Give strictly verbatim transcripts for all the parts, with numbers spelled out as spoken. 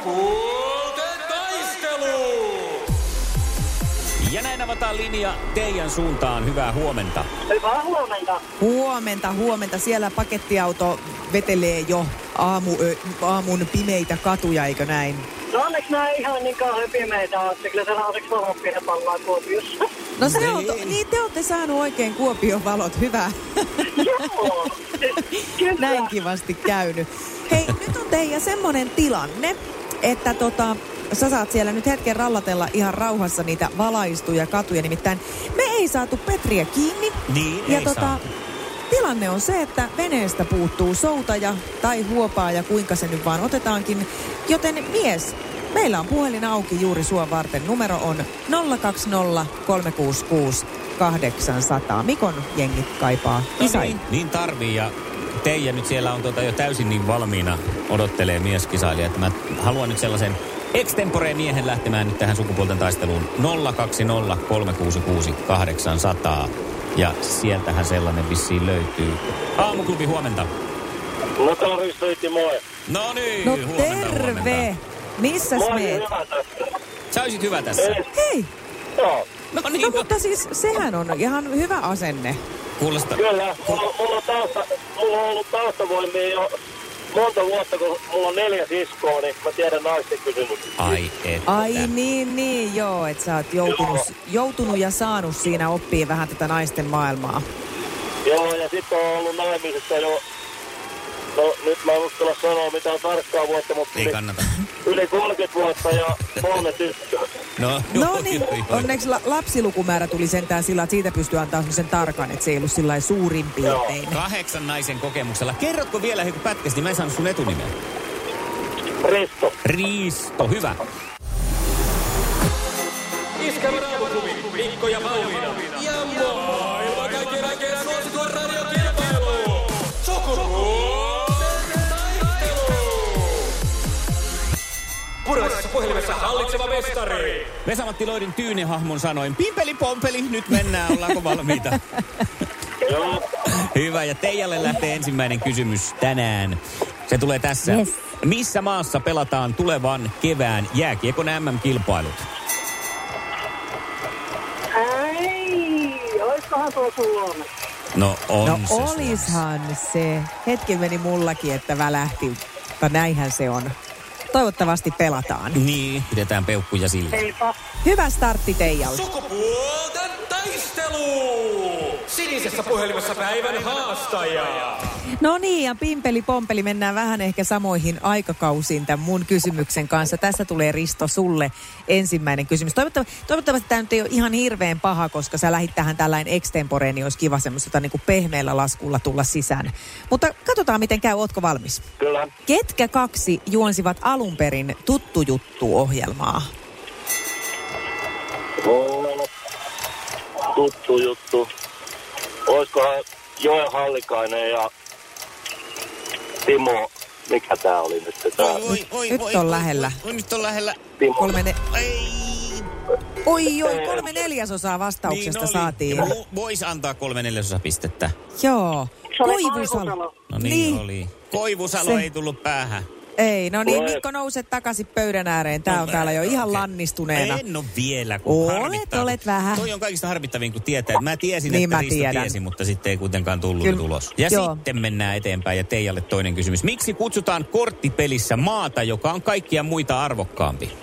Sukupuolten taistelu! Ja näin avataan linja teidän suuntaan. Hyvää huomenta. Hyvää huomenta. Huomenta, huomenta. Siellä pakettiauto vetelee jo aamu, ö, aamun pimeitä katuja, eikö näin? No onneksi nämä ei ihan niin kauhean pimeitä ole. Kyllä se lauseksi valoppiina pallaa Kuopiossa. No se on, to, niin te olette saanut oikein Kuopion valot, hyvä. Joo, kyllä. Näin kivasti käynyt. Hei, nyt on teidän semmoinen tilanne, että tota, sä saat siellä nyt hetken rallatella ihan rauhassa niitä valaistuja katuja. Nimittäin me ei saatu Petriä kiinni. Niin, ja ei tota, saatu. tilanne on se, että veneestä puuttuu soutaja tai huopaa ja kuinka se nyt vaan otetaankin. Joten mies, meillä on puhelin auki juuri sua varten. Numero on nolla kaksi nolla kolme kuusi kuusi kahdeksan nolla nolla. Mikon jengi kaipaa kisai. No niin, niin tarvii ja Teija nyt siellä on tota jo täysin niin valmiina odottelee mieskisailija, että mä haluan nyt sellaisen extemporeen miehen lähtemään nyt tähän sukupuolten taisteluun nolla kaksi nolla kolme kuusi kuusi kahdeksan nolla nolla. Ja sieltähän sellainen vissiin löytyy. Aamuklubi, huomenta. No Risto Itti, moi. No niin, No huomenta, terve! huomenta. Missäs Moi, meet? hyvä tässä. Sä olisit hyvä tässä. Ei, Hei! joo, No niin, No no, mutta siis sehän on ihan hyvä asenne. kuulostaa. kyllä. Mulla, mulla, on tausta, mulla on ollut taustavoimia jo monta vuotta, kun mulla on neljä siskoa, niin mä tiedän naisten kysymyksiä. Ai että. Ai niin, niin, joo, että sä oot joutunut, joutunut ja saanut siinä oppia vähän tätä naisten maailmaa. Joo, ja sitten on ollut naimisissa jo, no nyt mä en uskalla sanoa mitään tarkkaa vuotta, mutta Ei yli, kannata. yli kolmekymmentä vuotta ja kolme tyttöä. No, No niin, onneksi la- lapsilukumäärä tuli sentään sillä, että siitä pystyy antaa semmoisen tarkan, että se ei ollut sillä lailla suurin piirtein. Kahdeksan naisen kokemuksella. Kerrotko vielä joku pätkästi? Mä en saanut sun etunimeä. Risto. Riisto, hyvä. Iskävä Raamuklubi, Mikko ja Pauliina. Ja maailman kaikkien aikeen suosituen radiokilpailu. Sukupuolten taistelu. Puraisessa puhelimessa hallitseva mestari. Vesa-Matti Loidin tyynihahmon sanoin, pimpeli pompeli, nyt mennään, ollaanko valmiita? Joo. Hyvä, ja Teijalle lähtee ensimmäinen kysymys tänään. Se tulee tässä. Yes. Missä maassa pelataan tulevan kevään jääkiekon äm äm-kilpailut? Ei, olisikohan tuo Suomessa? No on No se olishan se. Hetki meni mullakin, että välähti, mutta näinhän se on. Toivottavasti pelataan. Niin, pidetään peukkuja sillä. Eipä. Hyvä startti Teijalle. Sukupuolten taistelu. Sinisessä puhelimessa päivän haastaja. No niin, ja pimpeli pompeli, mennään vähän ehkä samoihin aikakausiin tämän mun kysymyksen kanssa. Tässä tulee Risto sulle ensimmäinen kysymys. Toivottavasti, toivottavasti tämä nyt ei ole ihan hirveän paha, koska sä lähit tähän tällainen extempore, niin olisi kiva semmoista niin kuin pehmeällä laskulla tulla sisään. Mutta katsotaan miten käy, ootko valmis? Kyllä. Ketkä kaksi juonsivat alun perin Tuttu juttu-ohjelmaa? No, tuttu juttu. Olisikohan Joel Hallikainen ja Timo, mikä tää oli nyt? Tää? Oi, oi, Nyt oi, on oi, lähellä. Oi, oi, nyt on lähellä. Timo. Kolme ne... Ei. Oi, oi, kolme neljäsosaa vastauksesta Niin oli. saatiin. Vo- Vois antaa kolme neljäsosa pistettä. Joo. Se oli Koivusalo. Koivusalo. No niin, Niin. oli. Koivusalo Se- ei tullut päähän. Ei, no niin, Olet. Mikko, nouset takaisin pöydän ääreen. Tää on täällä jo ihan Okei. lannistuneena. En ole vielä, kun Olet, harmittaa. olet vähän. Toi on kaikista harmittavin, kun tietää. Mä tiesin, Niin että mä Risto tiedän. tiesi, mutta sitten ei kuitenkaan tullut Kyllä. tulos. Ja Joo. sitten mennään eteenpäin ja Teijalle toinen kysymys. Miksi kutsutaan korttipelissä maata, joka on kaikkia muita arvokkaampi?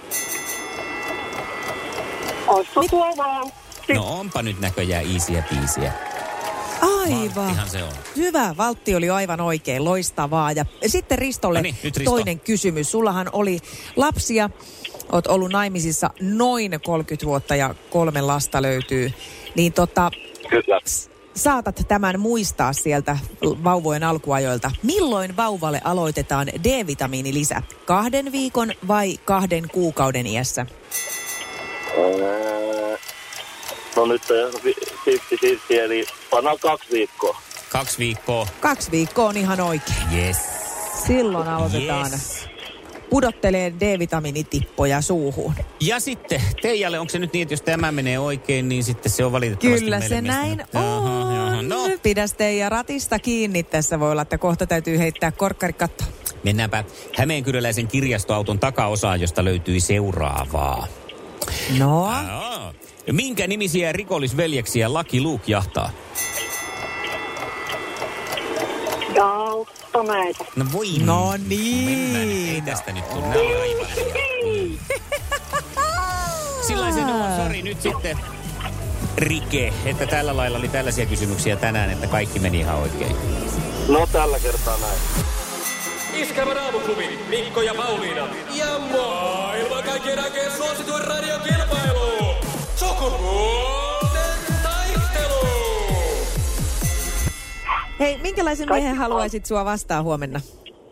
Olisiko tuo vaan? No onpa nyt näköjään easyä piisiä. Aivan. Valttihan se on. Hyvä, Valtti oli aivan oikein, loistavaa. Ja sitten Ristolle No niin, nyt Risto. toinen kysymys. Sullahan oli lapsia, oot ollut naimisissa noin kolmekymmentä vuotta ja kolme lasta löytyy. Niin tota, Kyllä. saatat tämän muistaa sieltä vauvojen alkuajoilta. Milloin vauvalle aloitetaan D-vitamiinilisä? Kahden viikon vai kahden kuukauden iässä? Ää, No nyt on viisikymmentä eli pannaan kaksi viikkoa. Kaksi viikkoa. Kaksi viikkoa on ihan oikein. Yes. Silloin aloitetaan Yes. pudottelee D-vitamiinitippoja suuhun. Ja sitten Teijalle, onko se nyt niin, että jos tämä menee oikein, niin sitten se on valitettavasti Kyllä meille se mistä- näin Jaha, on. jaha. No, Pidä Teija ratista kiinni. Tässä voi olla, että kohta täytyy heittää korkkari kattoon. Mennäänpä Hämeenkyröläisen kirjastoauton takaosaan, josta löytyi seuraavaa. No? Aa, minkä nimisiä rikollisveljeksiä Lucky Luke jahtaa? Daltoneita. No voi. No niin. Mennään, ei tästä nyt tule. Nämä on aivan liian. Sillaisen on, sori, nyt sitten Rike, että tällä lailla oli tällaisia kysymyksiä tänään, että kaikki meni ihan oikein. No tällä kertaa näin. Iskävä Raamuklubi, Mikko ja Pauliina. Ja maailman kaikkien aikeen suosituen radiokilpailu. Sukupuolten taistelu. Hei, minkälaisen miehen haluaisit sua vastaan huomenna?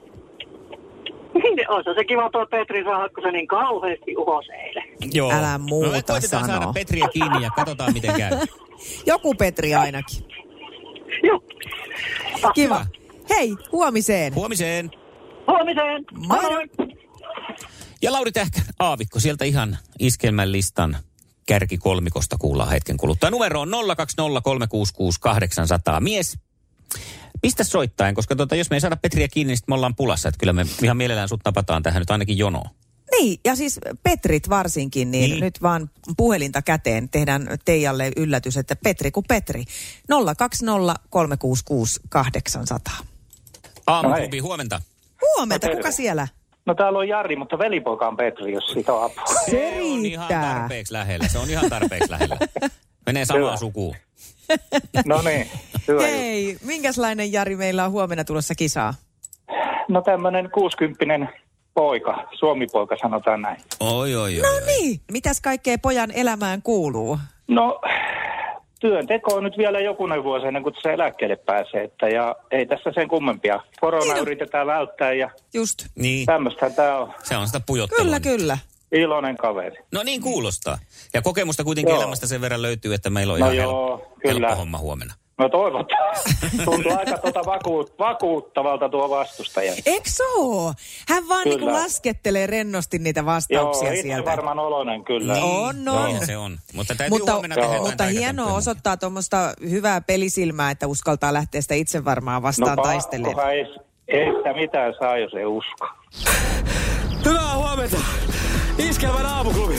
Olisi se kiva tuo Petri saada, se niin kauheasti uhos eilen. Joo. Älä muuta no, me koitetaan sano. saada Petriä kiinni ja katsotaan miten käy. Joku Petri ainakin. Joo. Kiva. Hei, huomiseen. Huomiseen. Huomiseen. Moi. Moi. Ja Lauri Tähkä, aavikko sieltä ihan iskelmän listan kärkikolmikosta kuullaan hetken kuluttua. Numero on nolla kaksi nolla kolme kuusi kuusi kahdeksan nolla nolla. Mies, pistä soittaen, koska tota, jos me ei saada Petriä kiinni, niin me ollaan pulassa. Että kyllä me ihan mielellään sut napataan tähän nyt ainakin jonoon. Niin, ja siis Petrit varsinkin, niin, Niin. nyt vaan puhelinta käteen tehdään Teijalle yllätys, että Petri kuin Petri. nolla kaksi nolla kolme kuusi kuusi kahdeksan nolla nolla. Aamuklubi, huomenta. Huomenta, No, kuka terve. siellä? No täällä on Jari, mutta velipoika on Petri, jos siitä on apua. Se on ihan riittää. tarpeeksi lähellä. Se on ihan tarpeeksi lähellä. Menee samaan Hyvä. sukuun. No niin, hyvä. Hei, minkälainen Jari meillä on huomenna tulossa kisaa? No tämmönen kuusikymppinen poika, Suomi-poika sanotaan näin. Oi, oi, oi. No niin, mitäs kaikkea pojan elämään kuuluu? No, työnteko on nyt vielä jokunen vuosi ennen kuin se eläkkeelle pääsee, että ja ei tässä sen kummempia. Korona Niin on. yritetään välttää ja Just. Niin, tämmöistä tää on. se on sitä pujottelua. Kyllä, nyt. kyllä. Iloinen kaveri. No niin kuulostaa. Ja kokemusta kuitenkin Joo. elämästä sen verran löytyy, että meillä on No ihan joo, helppo, kyllä. helppo homma huomenna. No toivottavasti. Tuntuu aika tuota vakuut, vakuuttavalta tuo vastustaja. Eikö oo? Hän vaan Kyllä. niinku laskettelee rennosti niitä Joo, vastauksia itse sieltä. varmaan oloinen kyllä. Niin, On, on. Niin se on. Mutta täytyy Mutta, huomenna tehdä jotain mutta hienoa taikatemppuja. osoittaa tuommoista hyvää pelisilmää, että uskaltaa lähteä sitä itse varmaan vastaan no taistelemaan. pakkohan ei, ei sitä mitään saa, jos ei usko. Hyvää huomenta. Iskävä Raamuklubi.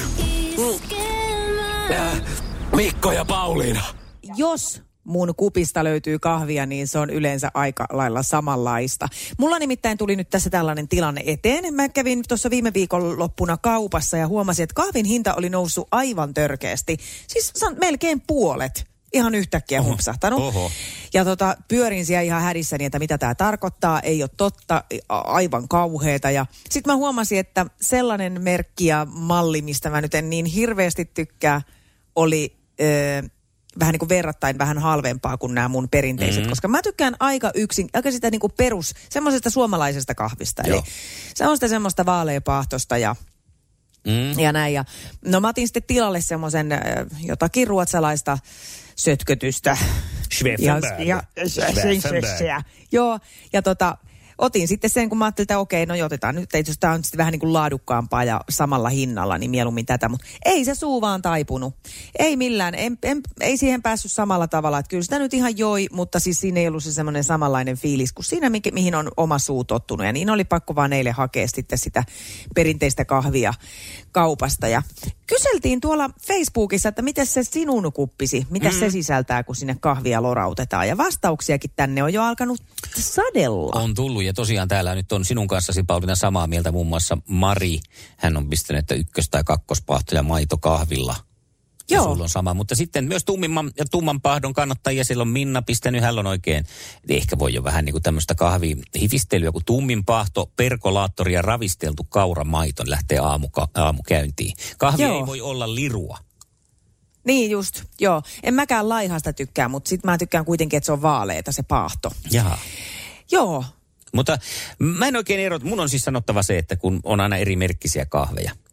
Äh, Mikko ja Pauliina. Jos mun kupista löytyy kahvia, niin se on yleensä aika lailla samanlaista. Mulla nimittäin tuli nyt tässä tällainen tilanne eteen. Mä kävin tuossa viime viikon loppuna kaupassa ja huomasin, että kahvin hinta oli noussut aivan törkeästi. Siis se on melkein puolet. Ihan yhtäkkiä Oho, humpsahtanut. oho. Ja tota, pyörin siellä ihan hädissäni, että mitä tämä tarkoittaa. Ei ole totta, a- aivan kauheeta. Ja sitten mä huomasin, että sellainen merkki ja malli, mistä mä nyt en niin hirveästi tykkää, oli Öö, vähän niin kuin verrattain vähän halvempaa kuin nämä mun perinteiset, mm-hmm. koska mä tykkään aika yksin, aika sitä niin kuin perus, semmoisesta suomalaisesta kahvista. Joo. Eli se on sitä semmoista vaaleapaahtosta ja, Mm. ja näin. Ja, no mä otin sitten tilalle semmoisen äh, jotakin ruotsalaista sötkötystä. Schweffenberg. Ja, ja, Schweffenberg. Joo, ja tota, otin sitten sen, kun mä ajattelin, että okei, no jo, otetaan nyt, jos tämä on sitten vähän niin kuin laadukkaampaa ja samalla hinnalla, niin mieluummin tätä. Mutta ei se suu vaan taipunut. Ei millään, en, en, ei siihen päässyt samalla tavalla. Että kyllä sitä nyt ihan joi, mutta siis siinä ei ollut se semmoinen samanlainen fiilis kuin siinä, mikä, mihin on oma suu tottunut. Ja niin oli pakko vaan eilen hakea sitten sitä perinteistä kahvia kaupasta. Ja kyseltiin tuolla Facebookissa, että miten se sinun kuppisi, mitä mm. se sisältää, kun sinne kahvia lorautetaan. Ja vastauksiakin tänne on jo alkanut sadella. On tullut ja tosiaan täällä nyt on sinun kanssasi Pauliina samaa mieltä, muun muassa Mari. Hän on pistänyt, että ykkös- tai kakkospahtoja maito kahvilla. Ja Joo. sulla on sama, mutta sitten myös tummimman ja tumman pahdon kannattajia. Siellä on Minna pistänyt, hän on oikein, ehkä voi jo vähän niin kuin tämmöistä kahvihifistelyä, kun tummin pahto, perkolaattori ja ravisteltu kauramaito lähtee aamuka, aamukäyntiin. Kahvi Joo. ei voi olla lirua. Niin just, joo. En mäkään laihasta tykkää, mutta sit mä tykkään kuitenkin, että se on vaaleeta se paahto. Jaha. Joo. Mutta mä en oikein erota. Mun on siis sanottava se, että kun on aina eri merkkisiä kahveja.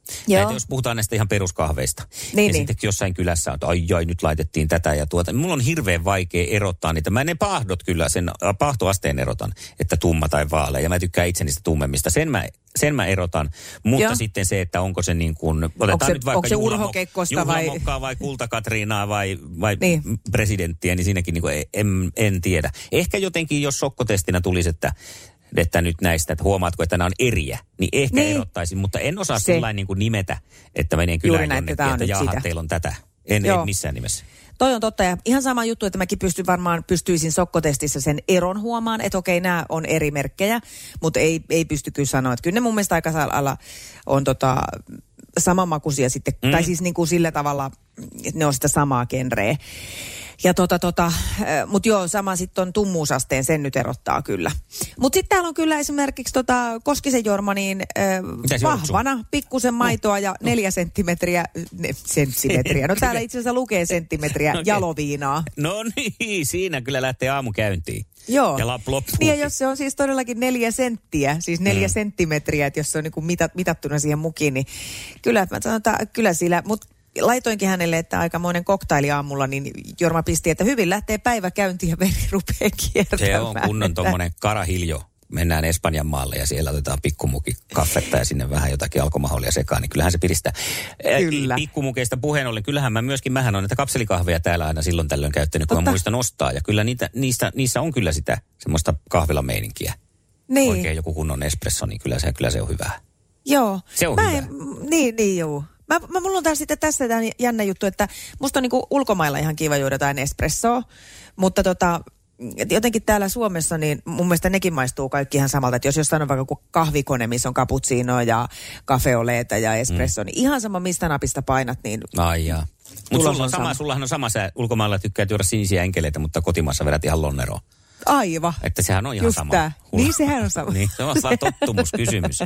Joo. Näitä, jos puhutaan näistä ihan peruskahveista. Niin, ja niin. sitten jossain kylässä on, että ai, ai nyt laitettiin tätä ja tuota. Mulla on hirveän vaikea erottaa niitä. Mä ne paahdot kyllä, sen paahtoasteen erotan, että tumma tai vaalea. Ja mä tykkään itse niistä tummemmista. Sen mä, sen mä erotan. Mutta Joo. sitten se, että onko se niin kuin, otetaan onko se, nyt vaikka onko se Urho Kekkosta vai... Juhlamokkaa vai Kulta-Katriinaa vai, vai niin. presidenttiä, niin siinäkin niin kuin en, en tiedä. Ehkä jotenkin, jos sokkotestinä tulisi, että että nyt näistä, että huomaatko, että nämä on eriä, niin ehkä niin. erottaisin, mutta en osaa sellainen niin kuin nimetä, että menee kylään jonnekin, että jaha, teillä on tätä. En, en missään nimessä. Toi on totta ja ihan sama juttu, että mäkin pystyn varmaan, pystyisin sokkotestissä sen eron huomaan, että okei, nämä on eri merkkejä, mutta ei, ei pysty kyllä sanoa, että kyllä ne mun mielestä aika lailla on tota, samanmakuisia sitten, mm. tai siis niin kuin sillä tavalla, että ne on sitä samaa genreä. Ja tota, tota, mutta joo, sama sitten on tummuusasteen, sen nyt erottaa kyllä. Mutta sitten täällä on kyllä esimerkiksi tota Koskisen Jorma, niin äh, vahvana, pikkusen maitoa ja neljä senttimetriä, ne, senttimetriä, no täällä itse asiassa lukee senttimetriä okay. jaloviinaa. No niin, siinä kyllä lähtee aamu käyntiin. Joo. Ja loppuu. Niin ja jos se on siis todellakin neljä senttiä, siis neljä mm. senttimetriä, että jos se on niinku mitat, mitattuna siihen mukiin, niin kyllä mä sanotaan, kyllä sillä, mutta laitoinkin hänelle, että aikamoinen koktaili aamulla, niin Jorma pisti, että hyvin lähtee päivä käyntiin ja veri rupeaa kiertämään. Se on kunnon tommonen karahiljo. Mennään Espanjan maalle ja siellä otetaan pikkumuki kaffetta ja sinne vähän jotakin alkoholia sekaan, niin kyllähän se piristää. Kyllä. Pikkumukeista puheen ollen, kyllähän mä myöskin, mähän on näitä kapselikahveja täällä aina silloin tällöin käyttänyt, kun Totta. mä muistan ostaa. Ja kyllä niitä, niistä, niissä on kyllä sitä semmoista kahvilameininkiä. Niin. Oikein joku kunnon espresso, niin kyllä se, kyllä se on hyvää. Joo. Se on mä hyvä. En, niin, niin joo. Mä, mä, mulla on taas sitten tässä tämän jännä juttu, että musta on niinku ulkomailla ihan kiva juoda jotain espressoa, mutta tota, jotenkin täällä Suomessa, niin mun mielestä nekin maistuu kaikki ihan samalta. Että jos jossain on vaikka kahvikone, missä on cappuccino ja kafeoleeta ja espresso, mm. niin ihan sama mistä napista painat, niin... Ai jaa. Mutta sulla on sama, sullahan on sama, sä ulkomailla tykkää juoda sinisiä enkeleitä, mutta kotimaassa vedät ihan lonneroon. Aivan. Että sehän on ihan Just sama. Tää. Niin, sehän on sama. Niin, se on vaan tottumuskysymys.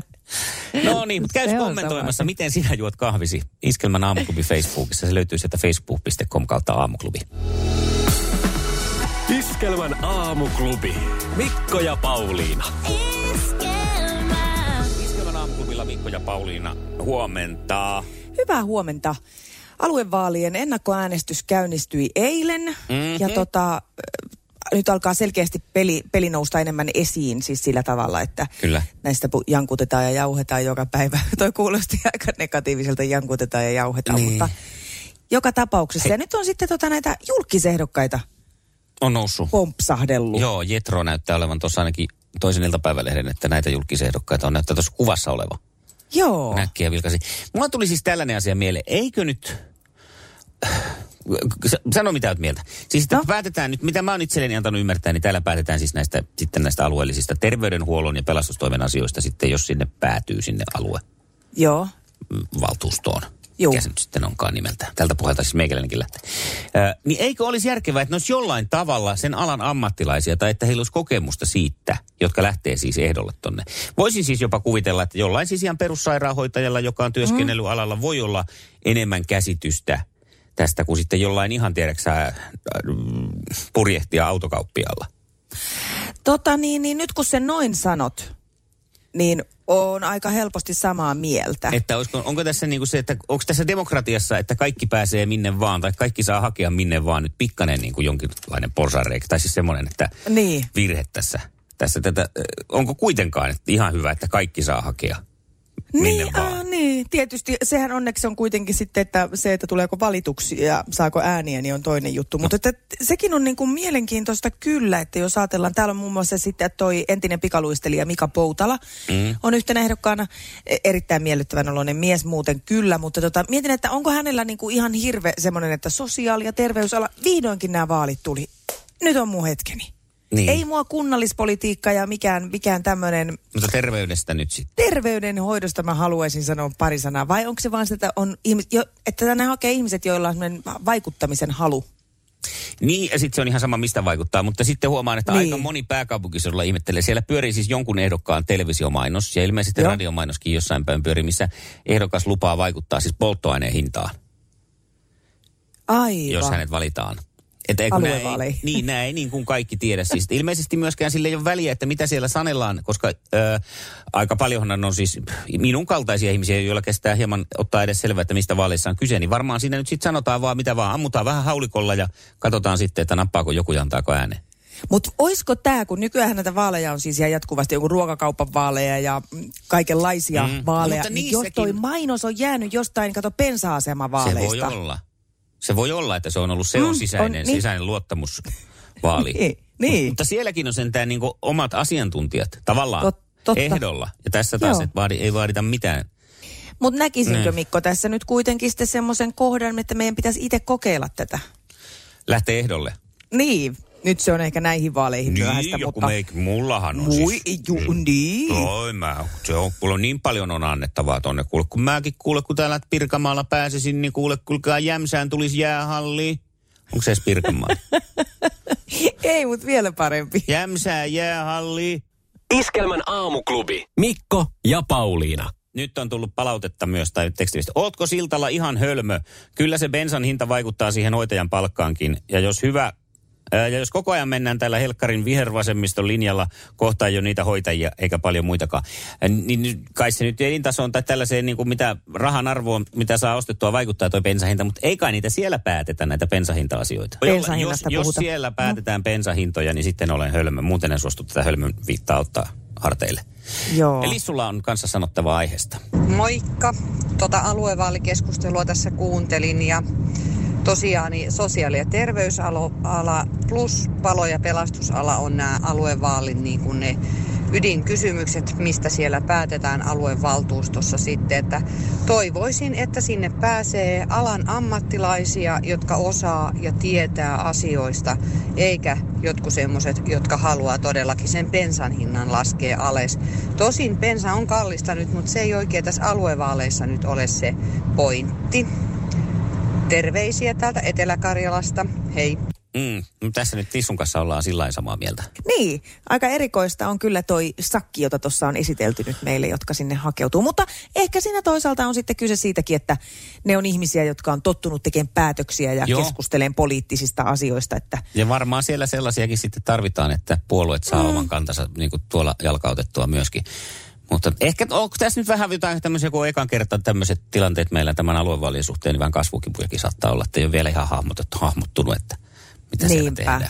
No niin, mutta käy kommentoimassa, sama. Miten sinä juot kahvisi Iskelmän aamuklubi Facebookissa. Se löytyy sieltä facebook piste com kautta aamuklubi. Iskelmän aamuklubi. Mikko ja Pauliina. Iskelmä. Iskelmän aamuklubilla Mikko ja Pauliina. Huomenta. Hyvää huomenta. Aluevaalien ennakkoäänestys käynnistyi eilen. Mm-hmm. Ja tota... Nyt alkaa selkeästi peli, peli nousta enemmän esiin siis sillä tavalla, että Kyllä. näistä jankutetaan ja jauhetaan joka päivä. Toi kuulosti aika negatiiviselta, jankutetaan ja jauhetaan, niin. Mutta joka tapauksessa. Hei. Ja nyt on sitten tota näitä julkisehdokkaita on noussut. Pompsahdellut. Joo, Jetro näyttää olevan tuossa ainakin toisen iltapäivälehden, että näitä julkisehdokkaita on näyttää tuossa kuvassa oleva. Joo. Näkkiä vilkasi. Mulla tuli siis tällainen asia mieleen. Eikö nyt... Sano mitä olet mieltä. Siis no. päätetään nyt, mitä mä oon itselleni antanut ymmärtää, niin täällä päätetään siis näistä, sitten näistä alueellisista terveydenhuollon ja pelastustoimen asioista sitten, jos sinne päätyy sinne alue. Joo. Valtuustoon. Joo. Mikä se nyt sitten onkaan nimeltään. Tältä pohjalta siis meikäläinenkin lähtee. Ö, niin eikö olisi järkevää, että ne olisi jollain tavalla sen alan ammattilaisia tai että heillä olisi kokemusta siitä, jotka lähtee siis ehdolle tonne. Voisin siis jopa kuvitella, että jollain siis ihan perussairaanhoitajalla, joka on työskennellyt mm. alalla, voi olla enemmän käsitystä tästä kuin sitten jollain ihan tiedäksä purjehtia autokauppialla. Tota niin, niin nyt kun sen noin sanot, niin on aika helposti samaa mieltä. Että olisiko, onko tässä niin kuin se, että onko tässä demokratiassa, että kaikki pääsee minne vaan, tai kaikki saa hakea minne vaan nyt pikkanen niin kuin jonkinlainen porsaanreikä, tai siis semmoinen, että niin. virhe tässä. tässä tätä, onko kuitenkaan että ihan hyvä, että kaikki saa hakea? Niin, äh, niin, tietysti sehän onneksi on kuitenkin sitten, että se, että tuleeko valituksi ja saako ääniä, niin on toinen juttu. No. Mutta että sekin on niin kuin mielenkiintoista kyllä, että jos ajatellaan, täällä on muun muassa sitten toi entinen pikaluistelija Mika Poutala mm. on yhtenä ehdokkaana, erittäin miellyttävän oloinen mies muuten kyllä, mutta tota, mietin, että onko hänellä niin kuin ihan hirve semmoinen, että sosiaali- ja terveysala, vihdoinkin nämä vaalit tuli, nyt on mun hetkeni. Niin. Ei mua kunnallispolitiikka ja mikään, mikään tämmöinen... Mutta terveydestä nyt sitten. Terveydenhoidosta mä haluaisin sanoa pari sanaa. Vai onko se vaan sitä, että, on, jo, että tänne hakee ihmiset, joilla on semmoinen vaikuttamisen halu? Niin, ja sitten se on ihan sama, mistä vaikuttaa. Mutta sitten huomaan, että niin. aika moni pääkaupunkiseudulla ihmettelee. Siellä pyörii siis jonkun ehdokkaan televisiomainos ja ilmeisesti Joo. radiomainoskin jossain päin pyörii, missä ehdokas lupaa vaikuttaa siis polttoaineen hintaan. Aivan. Jos hänet valitaan. Että ei, kun nää ei, aluevaaleihin. niin, nämä ei niin kuin kaikki tiedä. Siis ilmeisesti myöskään sille ei ole väliä, että mitä siellä sanellaan, koska ö, aika paljonhan on siis minun kaltaisia ihmisiä, joilla kestää hieman ottaa edes selvää, että mistä vaaleissa on kyse. Niin varmaan siinä nyt sitten sanotaan vaan mitä vaan, ammutaan vähän haulikolla ja katsotaan sitten, että nappaako joku ja antaako äänen. Mutta oisko tämä, kun nykyään näitä vaaleja on siis ihan jatkuvasti joku ruokakaupan vaaleja ja kaikenlaisia mm. vaaleja, no, niin jos toi mainos on jäänyt jostain, kato bensa-aseman vaaleista. Se voi olla. Se voi olla, että se on ollut, se on sisäinen, mm, on, niin. sisäinen luottamusvaali. niin, niin. Mutta sielläkin on sentään niin kuin omat asiantuntijat tavallaan Tot, totta. ehdolla. Ja tässä taas et vaadi, ei vaadita mitään. Mutta näkisinkö ne. Mikko tässä nyt kuitenkin sitten semmoisen kohdan, että meidän pitäisi itse kokeilla tätä? Lähtee ehdolle. Niin. Nyt se on ehkä näihin vaaleihin niin, myöhäistä, joku mutta... meik, mullahan on Mui, siis... Ju, niin. Oi mä, se on, kuule niin paljon on annettavaa tonne. Kuule, kun mäkin kuule, kun täällä Pirkanmaalla pääsisin, niin kuule, kuulkaa Jämsään tulisi jäähalliin. Onko se edes Pirkanmaalla? Ei, mutta vielä parempi. Jämsään jäähalliin. Iskelmän aamuklubi. Mikko ja Pauliina. Nyt on tullut palautetta myös tai tekstiviesti. Ootko Siltalla ihan hölmö? Kyllä se bensan hinta vaikuttaa siihen hoitajan palkkaankin. Ja jos hyvä... Ja jos koko ajan mennään tällä helkkarin vihervasemmiston linjalla, kohtaa jo niitä hoitajia eikä paljon muitakaan, niin kai se nyt elintasoon tai tällaiseen niin kuin mitä rahan arvoon, mitä saa ostettua, vaikuttaa tuo bensahinta, mutta ei kai niitä siellä päätetä näitä bensahinta-asioita. Jos, jos siellä päätetään bensahintoja, niin sitten olen hölmö. Muuten en suostu tätä hölmön viittaa ottaa harteille. Joo. Eli sulla on kanssa sanottavaa aiheesta. Moikka. Tota aluevaalikeskustelua tässä kuuntelin ja tosiaan niin sosiaali- ja terveysala plus palo- ja pelastusala on nämä aluevaalin niin kuin ne ydinkysymykset, mistä siellä päätetään aluevaltuustossa sitten. Että toivoisin, että sinne pääsee alan ammattilaisia, jotka osaa ja tietää asioista, eikä jotkut semmoiset, jotka haluaa todellakin sen bensan hinnan laskea alas. Tosin bensa on kallista nyt, mutta se ei oikein tässä aluevaaleissa nyt ole se pointti. Terveisiä täältä Etelä-Karjalasta. Hei. Mm, no tässä nyt Tissun kanssa ollaan sillä lailla samaa mieltä. Niin, aika erikoista on kyllä toi sakki, jota tuossa on esitelty nyt meille, jotka sinne hakeutuu. Mutta ehkä siinä toisaalta on sitten kyse siitäkin, että ne on ihmisiä, jotka on tottunut tekemään päätöksiä ja Joo. keskustelemaan poliittisista asioista. Että... Ja varmaan siellä sellaisiakin sitten tarvitaan, että puolueet saa mm. oman kantansa niin kuin tuolla jalkautettua myöskin. Mutta ehkä onko tässä nyt vähän jotain tämmöisiä, kun ekan kertaa tämmöiset tilanteet meillä tämän aluevaalien suhteen, niin vähän kasvukipujakin saattaa olla, että ei ole vielä ihan hahmotettu, hahmottunut, että mitä siellä tehdään.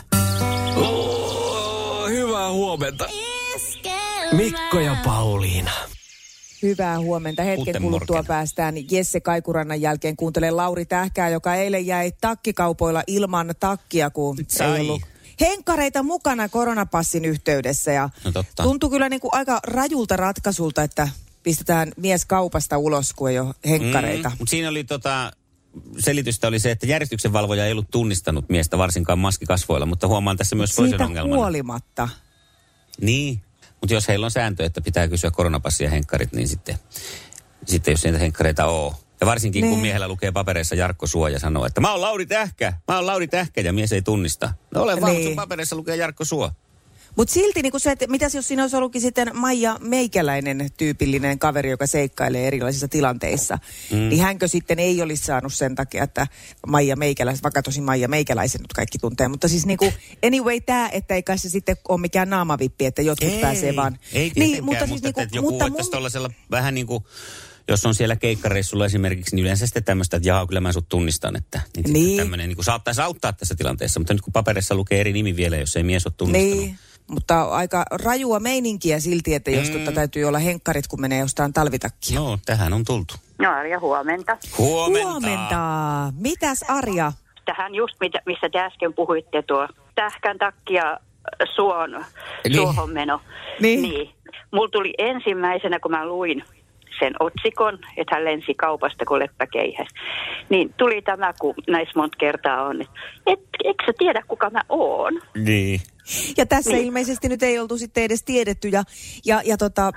Oh, hyvää huomenta. Mikko ja Pauliina. Hyvää huomenta. Hetken Guten kuluttua morgen. päästään Jesse Kaikurannan jälkeen kuuntelemaan Lauri Tähkää, joka eilen jäi takkikaupoilla ilman takkia, kun Sai. ei ollut henkkareita mukana koronapassin yhteydessä. Ja no totta. tuntui kyllä niin kuin aika rajulta ratkaisulta, että pistetään mies kaupasta ulos, kun ei ole henkkareita. Mm, mutta siinä oli tota... Selitystä oli se, että järjestyksenvalvoja ei ollut tunnistanut miestä varsinkaan maskikasvoilla, mutta huomaan tässä myös toisen siitä ongelman. huolimatta. Niin, mutta jos heillä on sääntö, että pitää kysyä koronapassia ja henkkarit, niin sitten, sitten jos niitä henkkareita on. Ja varsinkin ne. Kun miehellä lukee papereissa Jarkko Suo ja sanoo, että mä oon Lauri Tähkä, mä oon Lauri Tähkä ja mies ei tunnista. No ole vaan, niin. Sun papereissa lukee Jarkko Suo. Mutta silti niin se, että mitäs jos siinä olisi ollutkin sitten Maija Meikäläinen tyypillinen kaveri, joka seikkailee erilaisissa tilanteissa, mm. niin hänkö sitten ei olisi saanut sen takia, että Maija Meikäläisen, vaikka tosi Maija Meikäläisen nyt kaikki tuntee, mutta siis niin kuin anyway tämä, että ei kai se sitten ole mikään naamavippi, että jotkut ei, pääsee vaan. Ei niin, mutta, siis mutta niin kuin, joku mutta voittaisi tuollaisella vähän niin kuin, jos on siellä keikkareissulla esimerkiksi, niin yleensä sitten tämmöistä, että jaha, kyllä mä sut tunnistan, että niin niin. tämmöinen niin kuin saattaisi auttaa tässä tilanteessa, mutta nyt kun paperissa lukee eri nimi vielä, jos ei mies ole tunnistanut. Niin. Mutta aika rajua meininkiä silti, että jos mm. totta täytyy olla henkkarit, kun menee jostain talvitakkia. No, tähän on tultu. No Arja, huomenta. Huomenta. Huomenta. Mitäs Arja? Tähän just, mitä, missä te äsken puhuitte, tuo tähkän takia suon, suohon meno. Niin. niin. Mulla tuli ensimmäisenä, kun mä luin sen otsikon, että hän lensi kaupasta kuin leppäkeihäs. Niin tuli tämä, kun näissä monta kertaa on, että et, eikö sä tiedä, kuka mä oon? Niin. Ja tässä niin. ilmeisesti nyt ei oltu sitten edes tiedetty ja, ja, ja tota,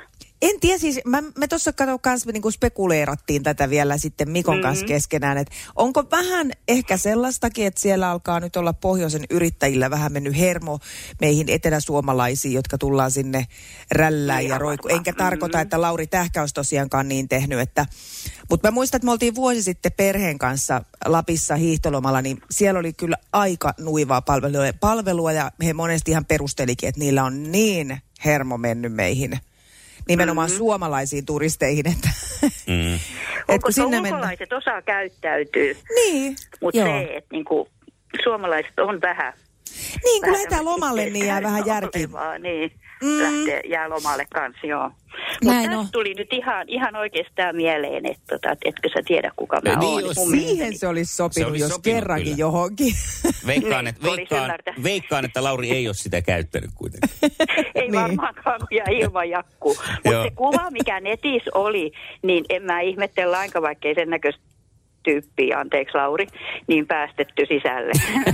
En tiedä siis, mä, me tuossa kato kanssa niinku spekuleerattiin tätä vielä sitten Mikon mm-hmm. kanssa keskenään, että onko vähän ehkä sellaistakin, että siellä alkaa nyt olla pohjoisen yrittäjillä vähän mennyt hermo meihin eteläsuomalaisiin, jotka tullaan sinne rällään ja roikku. Enkä tarkoita, että Lauri Tähkä olisi tosiaankaan niin tehnyt, että, mutta mä muistan, että me oltiin vuosi sitten perheen kanssa Lapissa hiihtolomalla, niin siellä oli kyllä aika nuivaa palvelua, palvelua ja he monesti ihan perustelikin, että niillä on niin hermo mennyt meihin. Nimenomaan mm-hmm. suomalaisiin turisteihin, että... Mm. Onko ulkolaiset mennä... osaa käyttäytyy? Niin, mutta se, että niinku, suomalaiset on vähän... Niin, kun lähdetään lomalle, niin jää vähän järkiin. Niin, mm. lähtee, jää lomalle kanssa, joo. Mutta tästä tuli nyt ihan, ihan oikeastaan mieleen, että, tota, että etkö sä tiedä, kuka mä niin, oon. Jos, siihen se olisi sopinut, se olisi jos sopinut, kerrankin kyllä. Johonkin. Veikkaan, että, veikkaan, veikkaan, että Lauri ei ole sitä käyttänyt kuitenkin. Ei niin. Varmaankaan, kun jää ilman jakkuu. Mutta se kuva, mikä netissä oli, niin en mä ihmettele lainkaan, vaikka ei sen näköistä tyyppiä, anteeksi Lauri, niin päästetty sisälle.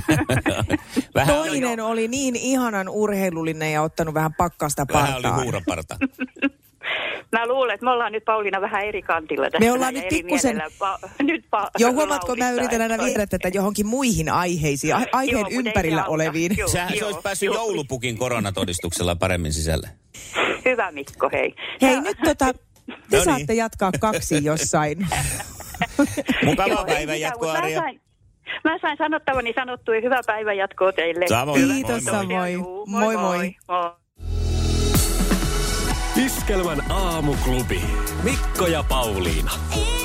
Toinen oli niin ihanan urheilullinen ja ottanut vähän pakkasta partaan. Vähän oli huuraparta. Mä luulen, että me ollaan nyt Pauliina vähän eri kantilla tässä. Me ollaan nyt pikkusen... Pa- nyt pa- Joo, huomaatko, mä yritän aina viedä tätä johonkin muihin aiheisiin, a- aiheen joo, ympärillä oleviin. Joo, Sähän joo, se olisi päässyt joo. joulupukin koronatodistuksella paremmin sisälle. Hyvä Mikko, hei. Hei, ja... nyt tota, te no saatte niin. jatkaa kaksi jossain. Mukavaa päivän jatkoa, Arja. Mä sain sanottavani sanottua ja hyvää päivän jatkoa teille. Samoin. Kiitos, moi moi. Moi moi. moi. moi. Iskelmän aamuklubi. Mikko ja Pauliina.